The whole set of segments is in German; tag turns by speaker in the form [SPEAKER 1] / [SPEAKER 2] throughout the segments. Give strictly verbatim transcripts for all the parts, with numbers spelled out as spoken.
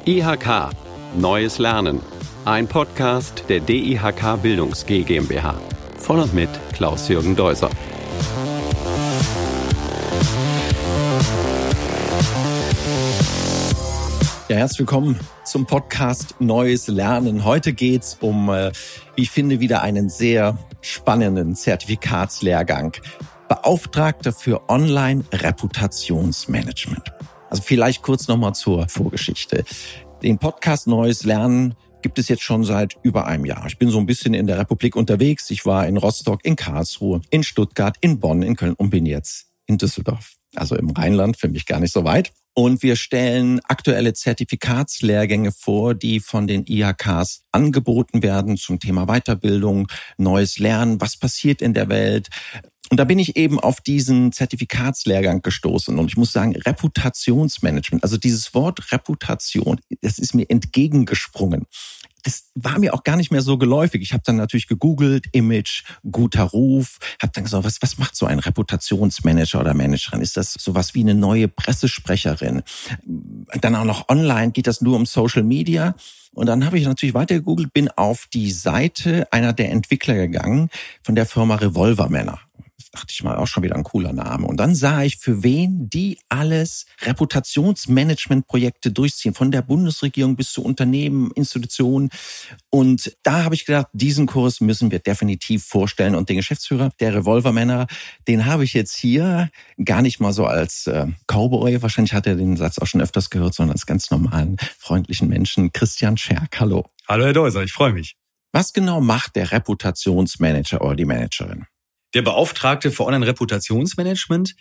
[SPEAKER 1] I H K – Neues Lernen. Ein Podcast der D I H K Bildungs G GmbH. Von und mit Klaus-Jürgen Deuser.
[SPEAKER 2] Ja, herzlich willkommen zum Podcast Neues Lernen. Heute geht's um, äh, wie ich finde, wieder einen sehr spannenden Zertifikatslehrgang. Beauftragter für Online-Reputationsmanagement. Also vielleicht kurz nochmal zur Vorgeschichte. Den Podcast Neues Lernen gibt es jetzt schon seit über einem Jahr. Ich bin so ein bisschen in der Republik unterwegs. Ich war in Rostock, in Karlsruhe, in Stuttgart, in Bonn, in Köln und bin jetzt in Düsseldorf. Also im Rheinland, für mich gar nicht so weit. Und wir stellen aktuelle Zertifikatslehrgänge vor, die von den I H Ks angeboten werden zum Thema Weiterbildung, neues Lernen, was passiert in der Welt. Und da bin ich eben auf diesen Zertifikatslehrgang gestoßen. Und ich muss sagen, Reputationsmanagement, also dieses Wort Reputation, das ist mir entgegengesprungen. Das war mir auch gar nicht mehr so geläufig. Ich habe dann natürlich gegoogelt, Image, guter Ruf, habe dann gesagt, was, was macht so ein Reputationsmanager oder Managerin? Ist das sowas wie eine neue Pressesprecherin? Dann auch noch online, geht das nur um Social Media? Und dann habe ich natürlich weiter gegoogelt, bin auf die Seite einer der Entwickler gegangen von der Firma Revolvermänner. Dachte ich mal, auch schon wieder ein cooler Name. Und dann sah ich, für wen die alles Reputationsmanagementprojekte durchziehen, von der Bundesregierung bis zu Unternehmen, Institutionen. Und da habe ich gedacht, diesen Kurs müssen wir definitiv vorstellen. Und den Geschäftsführer der Revolvermänner, den habe ich jetzt hier gar nicht mal so als äh, Cowboy, wahrscheinlich hat er den Satz auch schon öfters gehört, sondern als ganz normalen, freundlichen Menschen. Christian Scherk, hallo.
[SPEAKER 3] Hallo Herr Deuser, ich freue mich.
[SPEAKER 2] Was genau macht der Reputationsmanager oder die Managerin?
[SPEAKER 3] Der Beauftragte für Online-Reputationsmanagement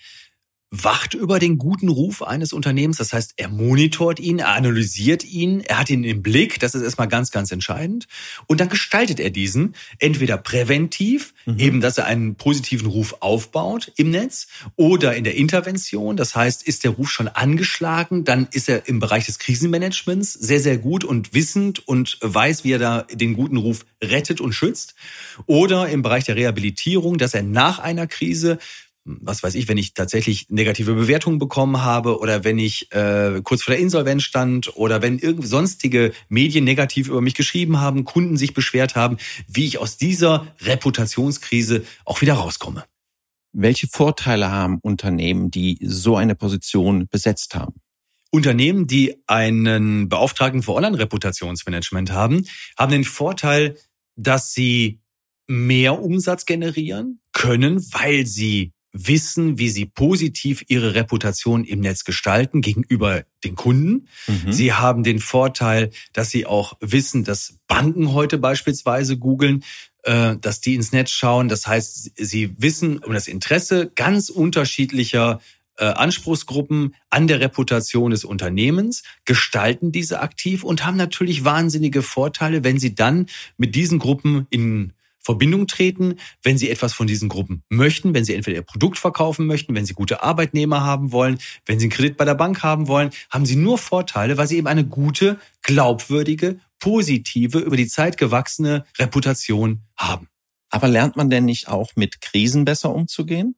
[SPEAKER 3] wacht über den guten Ruf eines Unternehmens. Das heißt, er monitort ihn, er analysiert ihn, er hat ihn im Blick. Das ist erstmal ganz, ganz entscheidend. Und dann gestaltet er diesen entweder präventiv, mhm. eben, dass er einen positiven Ruf aufbaut im Netz, oder in der Intervention. Das heißt, ist der Ruf schon angeschlagen, dann ist er im Bereich des Krisenmanagements sehr, sehr gut und wissend und weiß, wie er da den guten Ruf rettet und schützt. Oder im Bereich der Rehabilitierung, dass er nach einer Krise, was weiß ich, wenn ich tatsächlich negative Bewertungen bekommen habe oder wenn ich äh, kurz vor der Insolvenz stand oder wenn irgendwie sonstige Medien negativ über mich geschrieben haben, Kunden sich beschwert haben, wie ich aus dieser Reputationskrise auch wieder rauskomme.
[SPEAKER 2] Welche Vorteile haben Unternehmen, die so eine Position besetzt haben?
[SPEAKER 3] Unternehmen, die einen Beauftragten für Online-Reputationsmanagement haben, haben den Vorteil, dass sie mehr Umsatz generieren können, weil sie wissen, wie sie positiv ihre Reputation im Netz gestalten gegenüber den Kunden. Mhm. Sie haben den Vorteil, dass sie auch wissen, dass Banken heute beispielsweise googeln, dass die ins Netz schauen. Das heißt, sie wissen um das Interesse ganz unterschiedlicher Anspruchsgruppen an der Reputation des Unternehmens, gestalten diese aktiv und haben natürlich wahnsinnige Vorteile, wenn sie dann mit diesen Gruppen in Verbindung treten, wenn Sie etwas von diesen Gruppen möchten, wenn Sie entweder Ihr Produkt verkaufen möchten, wenn Sie gute Arbeitnehmer haben wollen, wenn Sie einen Kredit bei der Bank haben wollen, haben Sie nur Vorteile, weil Sie eben eine gute, glaubwürdige, positive, über die Zeit gewachsene Reputation haben.
[SPEAKER 2] Aber lernt man denn nicht auch mit Krisen besser umzugehen?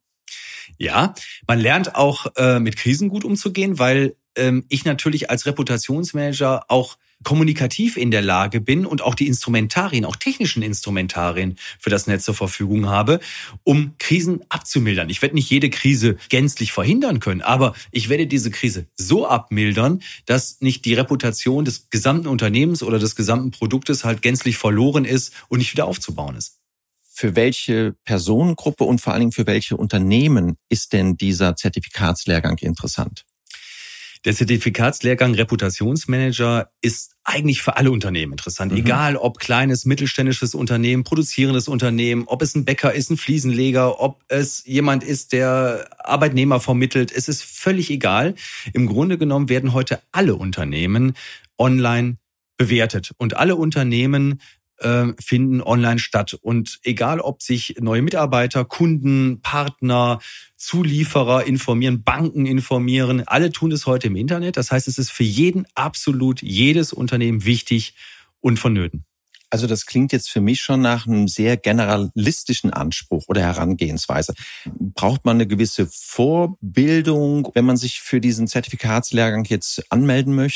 [SPEAKER 3] Ja, man lernt auch äh, mit Krisen gut umzugehen, weil ähm, ich natürlich als Reputationsmanager auch kommunikativ in der Lage bin und auch die Instrumentarien, auch technischen Instrumentarien für das Netz zur Verfügung habe, um Krisen abzumildern. Ich werde nicht jede Krise gänzlich verhindern können, aber ich werde diese Krise so abmildern, dass nicht die Reputation des gesamten Unternehmens oder des gesamten Produktes halt gänzlich verloren ist und nicht wieder aufzubauen ist.
[SPEAKER 2] Für welche Personengruppe und vor allen Dingen für welche Unternehmen ist denn dieser Zertifikatslehrgang interessant?
[SPEAKER 3] Der Zertifikatslehrgang Reputationsmanager ist eigentlich für alle Unternehmen interessant. Mhm. Egal ob kleines, mittelständisches Unternehmen, produzierendes Unternehmen, ob es ein Bäcker ist, ein Fliesenleger, ob es jemand ist, der Arbeitnehmer vermittelt. Es ist völlig egal. Im Grunde genommen werden heute alle Unternehmen online bewertet. Und alle Unternehmen finden online statt. Und egal, ob sich neue Mitarbeiter, Kunden, Partner, Zulieferer informieren, Banken informieren, alle tun es heute im Internet. Das heißt, es ist für jeden, absolut jedes Unternehmen wichtig und vonnöten.
[SPEAKER 2] Also das klingt jetzt für mich schon nach einem sehr generalistischen Anspruch oder Herangehensweise. Braucht man eine gewisse Vorbildung, wenn man sich für diesen Zertifikatslehrgang jetzt anmelden möchte?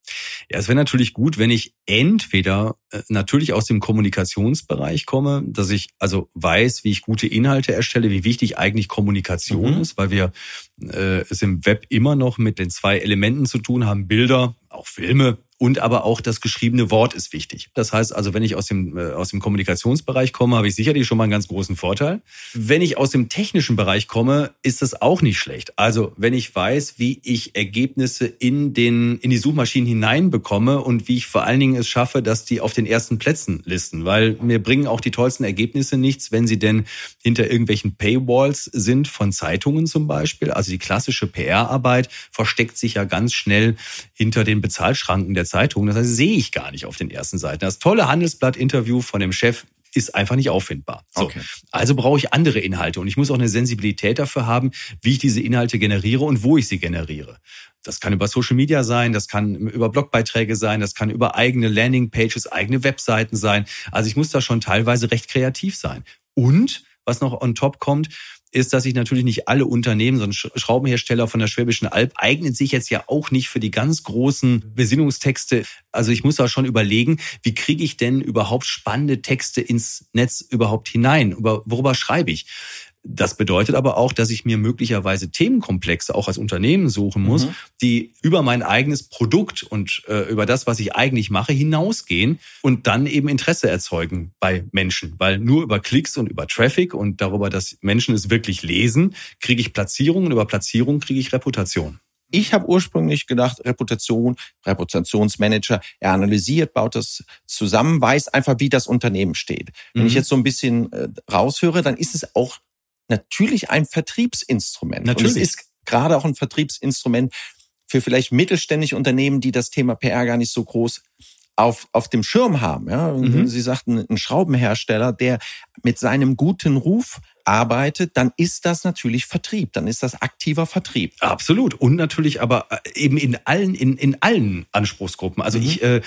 [SPEAKER 3] Ja, es wäre natürlich gut, wenn ich entweder äh, natürlich aus dem Kommunikationsbereich komme, dass ich also weiß, wie ich gute Inhalte erstelle, wie wichtig eigentlich Kommunikation mhm. ist, weil wir äh, es im Web immer noch mit den zwei Elementen zu tun haben, Bilder, auch Filme. Und aber auch das geschriebene Wort ist wichtig. Das heißt also, wenn ich aus dem, äh, aus dem Kommunikationsbereich komme, habe ich sicherlich schon mal einen ganz großen Vorteil. Wenn ich aus dem technischen Bereich komme, ist das auch nicht schlecht. Also wenn ich weiß, wie ich Ergebnisse in den in die Suchmaschinen hineinbekomme und wie ich vor allen Dingen es schaffe, dass die auf den ersten Plätzen listen. Weil mir bringen auch die tollsten Ergebnisse nichts, wenn sie denn hinter irgendwelchen Paywalls sind, von Zeitungen zum Beispiel. Also die klassische P R-Arbeit versteckt sich ja ganz schnell hinter den Bezahlschranken der Zeitung. Das heißt, sehe ich gar nicht auf den ersten Seiten. Das tolle Handelsblatt-Interview von dem Chef ist einfach nicht auffindbar. So. Okay. Also brauche ich andere Inhalte und ich muss auch eine Sensibilität dafür haben, wie ich diese Inhalte generiere und wo ich sie generiere. Das kann über Social Media sein, das kann über Blogbeiträge sein, das kann über eigene Landingpages, eigene Webseiten sein. Also ich muss da schon teilweise recht kreativ sein. Und was noch on top kommt, ist, dass sich natürlich nicht alle Unternehmen, so ein Schraubenhersteller von der Schwäbischen Alb eignet sich jetzt ja auch nicht für die ganz großen Besinnungstexte. Also ich muss da schon überlegen, wie kriege ich denn überhaupt spannende Texte ins Netz überhaupt hinein? Über, worüber schreibe ich? Das bedeutet aber auch, dass ich mir möglicherweise Themenkomplexe auch als Unternehmen suchen muss, mhm. die über mein eigenes Produkt und äh, über das, was ich eigentlich mache, hinausgehen und dann eben Interesse erzeugen bei Menschen. Weil nur über Klicks und über Traffic und darüber, dass Menschen es wirklich lesen, kriege ich Platzierungen, über Platzierung kriege ich Reputation.
[SPEAKER 2] Ich habe ursprünglich gedacht, Reputation, Reputationsmanager, er analysiert, baut das zusammen, weiß einfach, wie das Unternehmen steht. Wenn mhm. ich jetzt so ein bisschen äh, raushöre, dann ist es auch natürlich ein Vertriebsinstrument.
[SPEAKER 3] Natürlich.
[SPEAKER 2] Und es ist gerade auch ein Vertriebsinstrument für vielleicht mittelständische Unternehmen, die das Thema P R gar nicht so groß auf auf dem Schirm haben. Ja, mhm. Sie sagten, ein Schraubenhersteller, der mit seinem guten Ruf arbeitet, dann ist das natürlich Vertrieb, dann ist das aktiver Vertrieb.
[SPEAKER 3] Absolut. Und natürlich aber eben in allen in in allen Anspruchsgruppen. Also mhm. ich äh,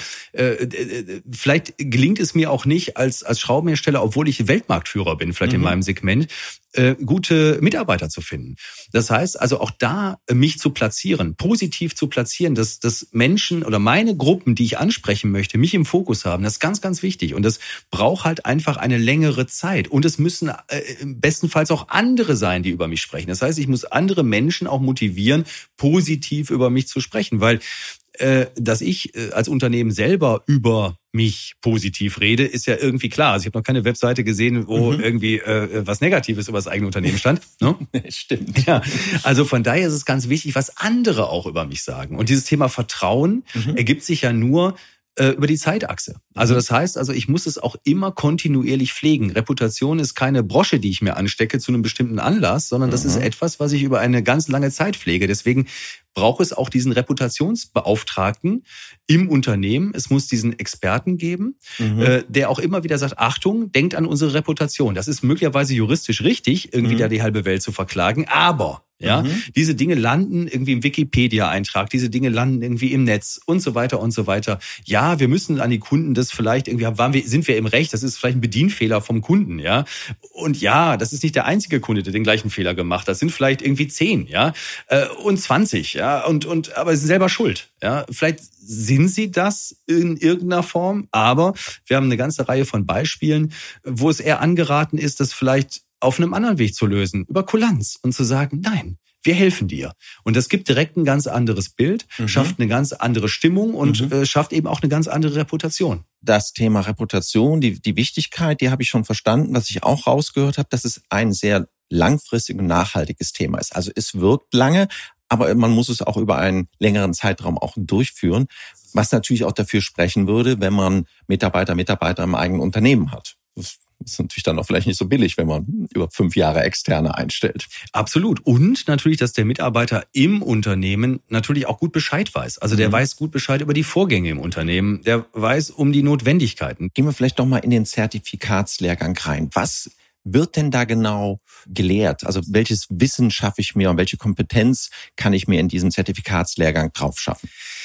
[SPEAKER 3] äh, vielleicht gelingt es mir auch nicht als als Schraubenhersteller, obwohl ich Weltmarktführer bin, vielleicht mhm. in meinem Segment, äh, gute Mitarbeiter zu finden. Das heißt also auch da mich zu platzieren, positiv zu platzieren, dass dass Menschen oder meine Gruppen, die ich ansprechen möchte, mich im Fokus haben. Das ist ganz ganz wichtig und das braucht halt einfach eine längere Zeit und es müssen äh, bestenfalls auch andere sein, die über mich sprechen. Das heißt, ich muss andere Menschen auch motivieren, positiv über mich zu sprechen, weil äh, dass ich äh, als Unternehmen selber über mich positiv rede, ist ja irgendwie klar. Also ich habe noch keine Webseite gesehen, wo mhm. irgendwie äh, was Negatives über das eigene Unternehmen stand. Ne?
[SPEAKER 2] Stimmt.
[SPEAKER 3] Ja, also von daher ist es ganz wichtig, was andere auch über mich sagen. Und dieses Thema Vertrauen mhm. ergibt sich ja nur über die Zeitachse. Also das heißt, also ich muss es auch immer kontinuierlich pflegen. Reputation ist keine Brosche, die ich mir anstecke zu einem bestimmten Anlass, sondern das mhm. ist etwas, was ich über eine ganz lange Zeit pflege. Deswegen braucht es auch diesen Reputationsbeauftragten im Unternehmen. Es muss diesen Experten geben, mhm. der auch immer wieder sagt, Achtung, denkt an unsere Reputation. Das ist möglicherweise juristisch richtig, irgendwie mhm. da die halbe Welt zu verklagen, aber ja, mhm. diese Dinge landen irgendwie im Wikipedia-Eintrag, diese Dinge landen irgendwie im Netz und so weiter und so weiter. Ja, wir müssen an die Kunden das vielleicht irgendwie, waren wir, sind wir im Recht, das ist vielleicht ein Bedienfehler vom Kunden, ja. Und ja, das ist nicht der einzige Kunde, der den gleichen Fehler gemacht hat. Das sind vielleicht irgendwie zehn, ja, und zwanzig, ja, und, und, aber sie sind selber schuld, ja. Vielleicht sind sie das in irgendeiner Form, aber wir haben eine ganze Reihe von Beispielen, wo es eher angeraten ist, dass vielleicht auf einem anderen Weg zu lösen, über Kulanz und zu sagen, nein, wir helfen dir. Und das gibt direkt ein ganz anderes Bild, mhm. schafft eine ganz andere Stimmung und mhm. äh, schafft eben auch eine ganz andere Reputation.
[SPEAKER 2] Das Thema Reputation, die, die Wichtigkeit, die habe ich schon verstanden. Was ich auch rausgehört habe, dass es ein sehr langfristig und nachhaltiges Thema ist. Also es wirkt lange, aber man muss es auch über einen längeren Zeitraum auch durchführen, was natürlich auch dafür sprechen würde, wenn man Mitarbeiter, Mitarbeiter im eigenen Unternehmen hat. Das ist natürlich dann auch vielleicht nicht so billig, wenn man über fünf Jahre Externe einstellt.
[SPEAKER 3] Absolut. Und natürlich, dass der Mitarbeiter im Unternehmen natürlich auch gut Bescheid weiß. Also der mhm. weiß gut Bescheid über die Vorgänge im Unternehmen. Der weiß um die Notwendigkeiten.
[SPEAKER 2] Gehen wir vielleicht doch mal in den Zertifikatslehrgang rein. Was wird denn da genau gelehrt? Also welches Wissen schaffe ich mir und welche Kompetenz kann ich mir in diesem Zertifikatslehrgang drauf schaffen?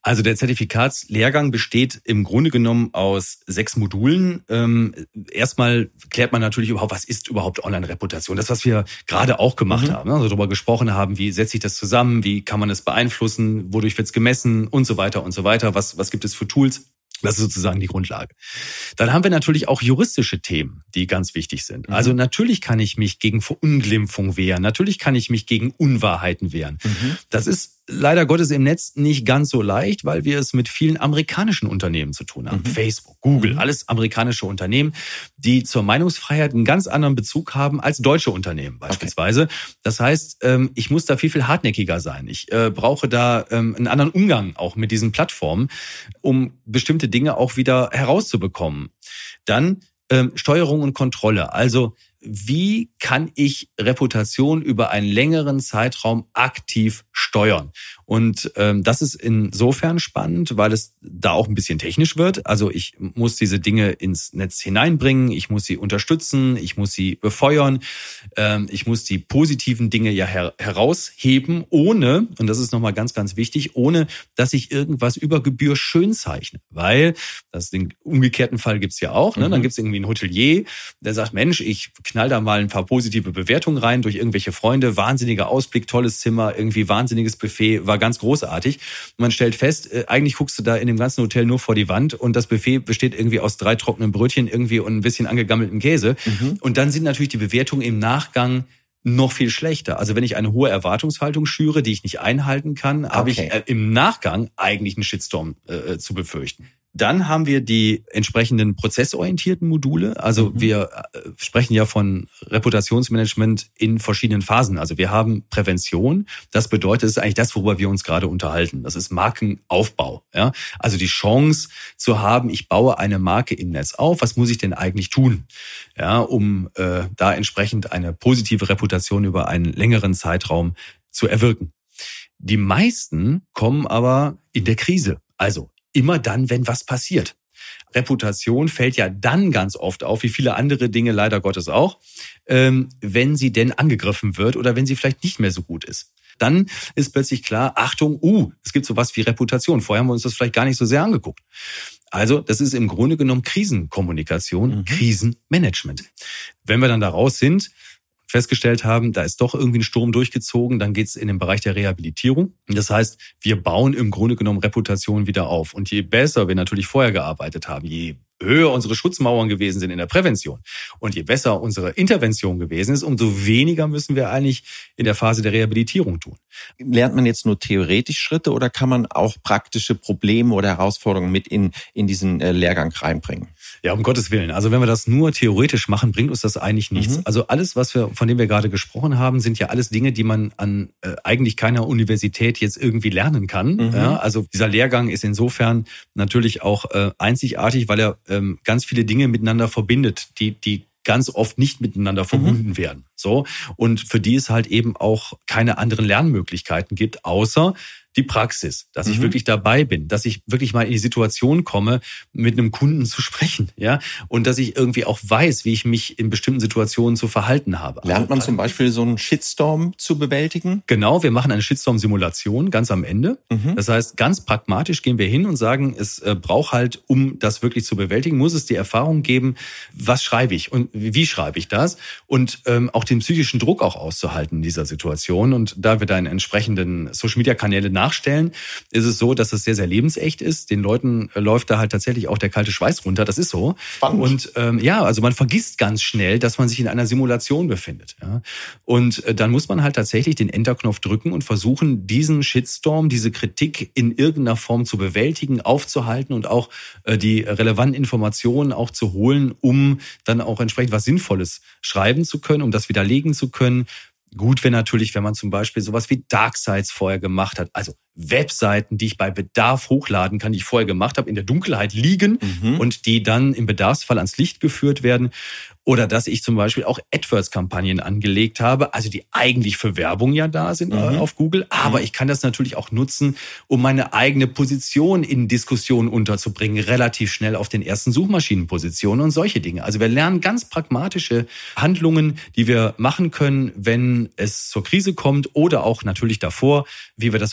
[SPEAKER 3] Also der Zertifikatslehrgang besteht im Grunde genommen aus sechs Modulen. Ähm, erstmal klärt man natürlich überhaupt, was ist überhaupt Online-Reputation? Das, was wir gerade auch gemacht mhm. haben, also darüber gesprochen haben, wie setze ich das zusammen, wie kann man es beeinflussen, wodurch wird es gemessen und so weiter und so weiter. Was, was gibt es für Tools? Das ist sozusagen die Grundlage. Dann haben wir natürlich auch juristische Themen, die ganz wichtig sind. Mhm. Also natürlich kann ich mich gegen Verunglimpfung wehren. Natürlich kann ich mich gegen Unwahrheiten wehren. Mhm. Das ist leider Gottes im Netz nicht ganz so leicht, weil wir es mit vielen amerikanischen Unternehmen zu tun haben. Mhm. Facebook, Google, alles amerikanische Unternehmen, die zur Meinungsfreiheit einen ganz anderen Bezug haben als deutsche Unternehmen beispielsweise. Okay. Das heißt, ich muss da viel, viel hartnäckiger sein. Ich brauche da einen anderen Umgang auch mit diesen Plattformen, um bestimmte Dinge auch wieder herauszubekommen. Dann ähm, Steuerung und Kontrolle. Also wie kann ich Reputation über einen längeren Zeitraum aktiv steuern? Und ähm, das ist insofern spannend, weil es da auch ein bisschen technisch wird. Also ich muss diese Dinge ins Netz hineinbringen, ich muss sie unterstützen, ich muss sie befeuern, ähm, ich muss die positiven Dinge ja her- herausheben, ohne, und das ist nochmal ganz, ganz wichtig, ohne, dass ich irgendwas über Gebühr schön zeichne. Weil, das den umgekehrten Fall gibt's ja auch, ne? Mhm. Dann gibt's irgendwie einen Hotelier, der sagt, Mensch, ich knall da mal ein paar positive Bewertungen rein durch irgendwelche Freunde, wahnsinniger Ausblick, tolles Zimmer, irgendwie wahnsinniges Buffet, war ganz großartig. Man stellt fest, äh, eigentlich guckst du da in dem ganzen Hotel nur vor die Wand und das Buffet besteht irgendwie aus drei trockenen Brötchen irgendwie und ein bisschen angegammeltem Käse. Mhm. Und dann sind natürlich die Bewertungen im Nachgang noch viel schlechter. Also wenn ich eine hohe Erwartungshaltung schüre, die ich nicht einhalten kann, okay. habe ich äh, im Nachgang eigentlich einen Shitstorm äh, zu befürchten. Dann haben wir die entsprechenden prozessorientierten Module. Also mhm. wir sprechen ja von Reputationsmanagement in verschiedenen Phasen. Also wir haben Prävention. Das bedeutet, das ist eigentlich das, worüber wir uns gerade unterhalten. Das ist Markenaufbau. Ja? Also die Chance zu haben, ich baue eine Marke im Netz auf. Was muss ich denn eigentlich tun, ja, um äh, da entsprechend eine positive Reputation über einen längeren Zeitraum zu erwirken? Die meisten kommen aber in der Krise. Also immer dann, wenn was passiert. Reputation fällt ja dann ganz oft auf, wie viele andere Dinge leider Gottes auch, ähm, wenn sie denn angegriffen wird oder wenn sie vielleicht nicht mehr so gut ist. Dann ist plötzlich klar, Achtung, uh, es gibt sowas wie Reputation. Vorher haben wir uns das vielleicht gar nicht so sehr angeguckt. Also das ist im Grunde genommen Krisenkommunikation, mhm. Krisenmanagement. Wenn wir dann da raus sind, festgestellt haben, da ist doch irgendwie ein Sturm durchgezogen, dann geht's in den Bereich der Rehabilitierung. Das heißt, wir bauen im Grunde genommen Reputation wieder auf. Und je besser wir natürlich vorher gearbeitet haben, je höher unsere Schutzmauern gewesen sind in der Prävention und je besser unsere Intervention gewesen ist, umso weniger müssen wir eigentlich in der Phase der Rehabilitierung tun.
[SPEAKER 2] Lernt man jetzt nur theoretisch Schritte oder kann man auch praktische Probleme oder Herausforderungen mit in, in diesen Lehrgang reinbringen?
[SPEAKER 3] Ja, um Gottes Willen. Also wenn wir das nur theoretisch machen, bringt uns das eigentlich nichts. Mhm. Also alles, was wir, von dem wir gerade gesprochen haben, sind ja alles Dinge, die man an äh, eigentlich keiner Universität jetzt irgendwie lernen kann. Mhm. Ja, also dieser Lehrgang ist insofern natürlich auch äh, einzigartig, weil er ähm, ganz viele Dinge miteinander verbindet, die die ganz oft nicht miteinander verbunden mhm. werden. So, und für die es halt eben auch keine anderen Lernmöglichkeiten gibt, außer die Praxis, dass ich mhm. wirklich dabei bin, dass ich wirklich mal in die Situation komme, mit einem Kunden zu sprechen, ja, und dass ich irgendwie auch weiß, wie ich mich in bestimmten Situationen zu verhalten habe.
[SPEAKER 2] Lernt man zum Beispiel so einen Shitstorm zu bewältigen?
[SPEAKER 3] Genau, wir machen eine Shitstorm-Simulation ganz am Ende. Mhm. Das heißt, ganz pragmatisch gehen wir hin und sagen, es braucht halt, um das wirklich zu bewältigen, muss es die Erfahrung geben, was schreibe ich und wie schreibe ich das und ähm, auch den psychischen Druck auch auszuhalten in dieser Situation. Und da wir da in entsprechenden Social-Media-Kanäle nachstellen, ist es so, dass es sehr, sehr lebensecht ist. Den Leuten läuft da halt tatsächlich auch der kalte Schweiß runter. Das ist so. Spannend. Und ähm, ja, also man vergisst ganz schnell, dass man sich in einer Simulation befindet. Ja? Und äh, dann muss man halt tatsächlich den Enter-Knopf drücken und versuchen, diesen Shitstorm, diese Kritik in irgendeiner Form zu bewältigen, aufzuhalten und auch äh, die relevanten Informationen auch zu holen, um dann auch entsprechend was Sinnvolles schreiben zu können, um das widerlegen zu können. Gut wäre natürlich, wenn man zum Beispiel sowas wie Darksites vorher gemacht hat, also Webseiten, die ich bei Bedarf hochladen kann, die ich vorher gemacht habe, in der Dunkelheit liegen mhm. und die dann im Bedarfsfall ans Licht geführt werden. Oder dass ich zum Beispiel auch AdWords-Kampagnen angelegt habe, also die eigentlich für Werbung ja da sind mhm. auf Google. Aber mhm. ich kann das natürlich auch nutzen, um meine eigene Position in Diskussionen unterzubringen, relativ schnell auf den ersten Suchmaschinenpositionen und solche Dinge. Also wir lernen ganz pragmatische Handlungen, die wir machen können, wenn es zur Krise kommt oder auch natürlich davor, wie wir das verhindern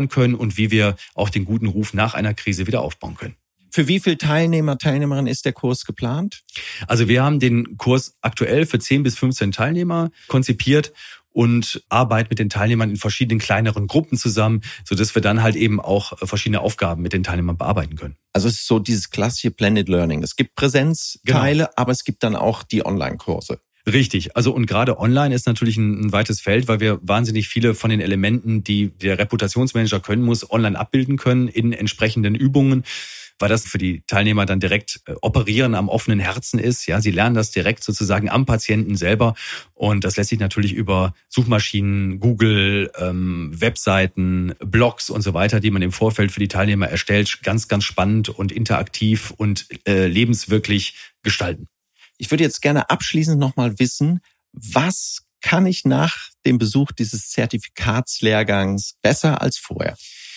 [SPEAKER 3] können und wie wir auch den guten Ruf nach einer Krise wieder aufbauen können.
[SPEAKER 2] Für wie viele Teilnehmer, Teilnehmerinnen ist der Kurs geplant?
[SPEAKER 3] Also wir haben den Kurs aktuell für zehn bis fünfzehn Teilnehmer konzipiert und arbeiten mit den Teilnehmern in verschiedenen kleineren Gruppen zusammen, sodass wir dann halt eben auch verschiedene Aufgaben mit den Teilnehmern bearbeiten können.
[SPEAKER 2] Also es ist so dieses klassische Blended Learning. Es gibt Präsenzteile, genau. Aber es gibt dann auch die Online-Kurse.
[SPEAKER 3] Richtig. Also und gerade online ist natürlich ein, ein weites Feld, weil wir wahnsinnig viele von den Elementen, die der Reputationsmanager können muss, online abbilden können in entsprechenden Übungen, weil das für die Teilnehmer dann direkt äh, operieren am offenen Herzen ist. Ja, sie lernen das direkt sozusagen am Patienten selber und das lässt sich natürlich über Suchmaschinen, Google, ähm, Webseiten, Blogs und so weiter, die man im Vorfeld für die Teilnehmer erstellt, ganz, ganz spannend und interaktiv und äh, lebenswirklich gestalten.
[SPEAKER 2] Ich würde jetzt gerne abschließend nochmal wissen, was kann ich nach dem Besuch dieses Zertifikatslehrgangs besser als vorher?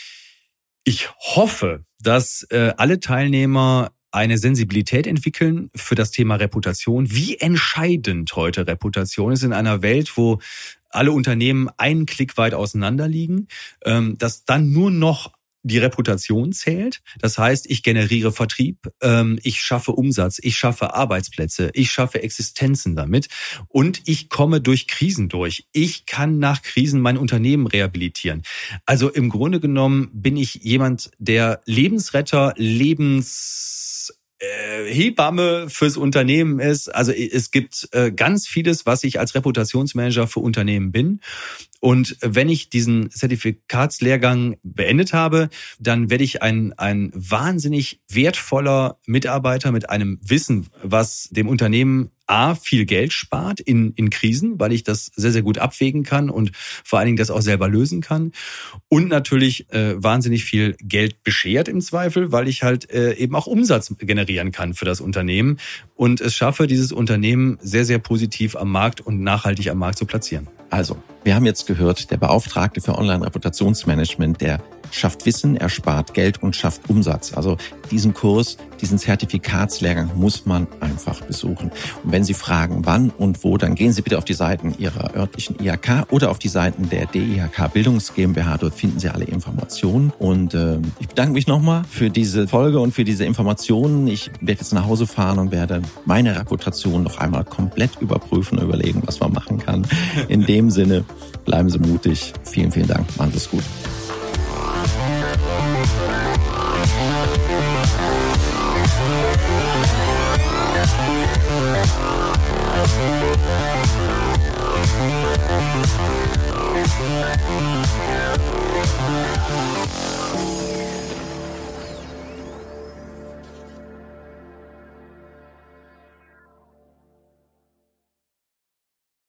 [SPEAKER 3] Ich hoffe, dass äh, alle Teilnehmer eine Sensibilität entwickeln für das Thema Reputation. Wie entscheidend heute Reputation ist in einer Welt, wo alle Unternehmen einen Klick weit auseinander liegen, ähm, dass dann nur noch die Reputation zählt. Das heißt, ich generiere Vertrieb, ähm, ich schaffe Umsatz, ich schaffe Arbeitsplätze, ich schaffe Existenzen damit und ich komme durch Krisen durch. Ich kann nach Krisen mein Unternehmen rehabilitieren. Also im Grunde genommen bin ich jemand, der Lebensretter, Lebens äh, Hebamme fürs Unternehmen ist. Also es gibt äh, ganz vieles, was ich als Reputationsmanager für Unternehmen bin. Und wenn ich diesen Zertifikatslehrgang beendet habe, dann werde ich ein, ein wahnsinnig wertvoller Mitarbeiter mit einem Wissen, was dem Unternehmen A, viel Geld spart in, in Krisen, weil ich das sehr, sehr gut abwägen kann und vor allen Dingen das auch selber lösen kann. Und natürlich äh, wahnsinnig viel Geld beschert im Zweifel, weil ich halt äh, eben auch Umsatz generieren kann für das Unternehmen und es schaffe, dieses Unternehmen sehr, sehr positiv am Markt und nachhaltig am Markt zu platzieren.
[SPEAKER 2] Also, wir haben jetzt gehört, der Beauftragte für Online-Reputationsmanagement, der schafft Wissen, er spart Geld und schafft Umsatz. Also diesen Kurs, diesen Zertifikatslehrgang muss man einfach besuchen. Und wenn Sie fragen, wann und wo, dann gehen Sie bitte auf die Seiten Ihrer örtlichen I H K oder auf die Seiten der D I H K Bildungs GmbH. Dort finden Sie alle Informationen. Und äh, ich bedanke mich nochmal für diese Folge und für diese Informationen. Ich werde jetzt nach Hause fahren und werde meine Reputation noch einmal komplett überprüfen und überlegen, was man machen kann. In dem Sinne, bleiben Sie mutig. Vielen, vielen Dank. Machen Sie es gut.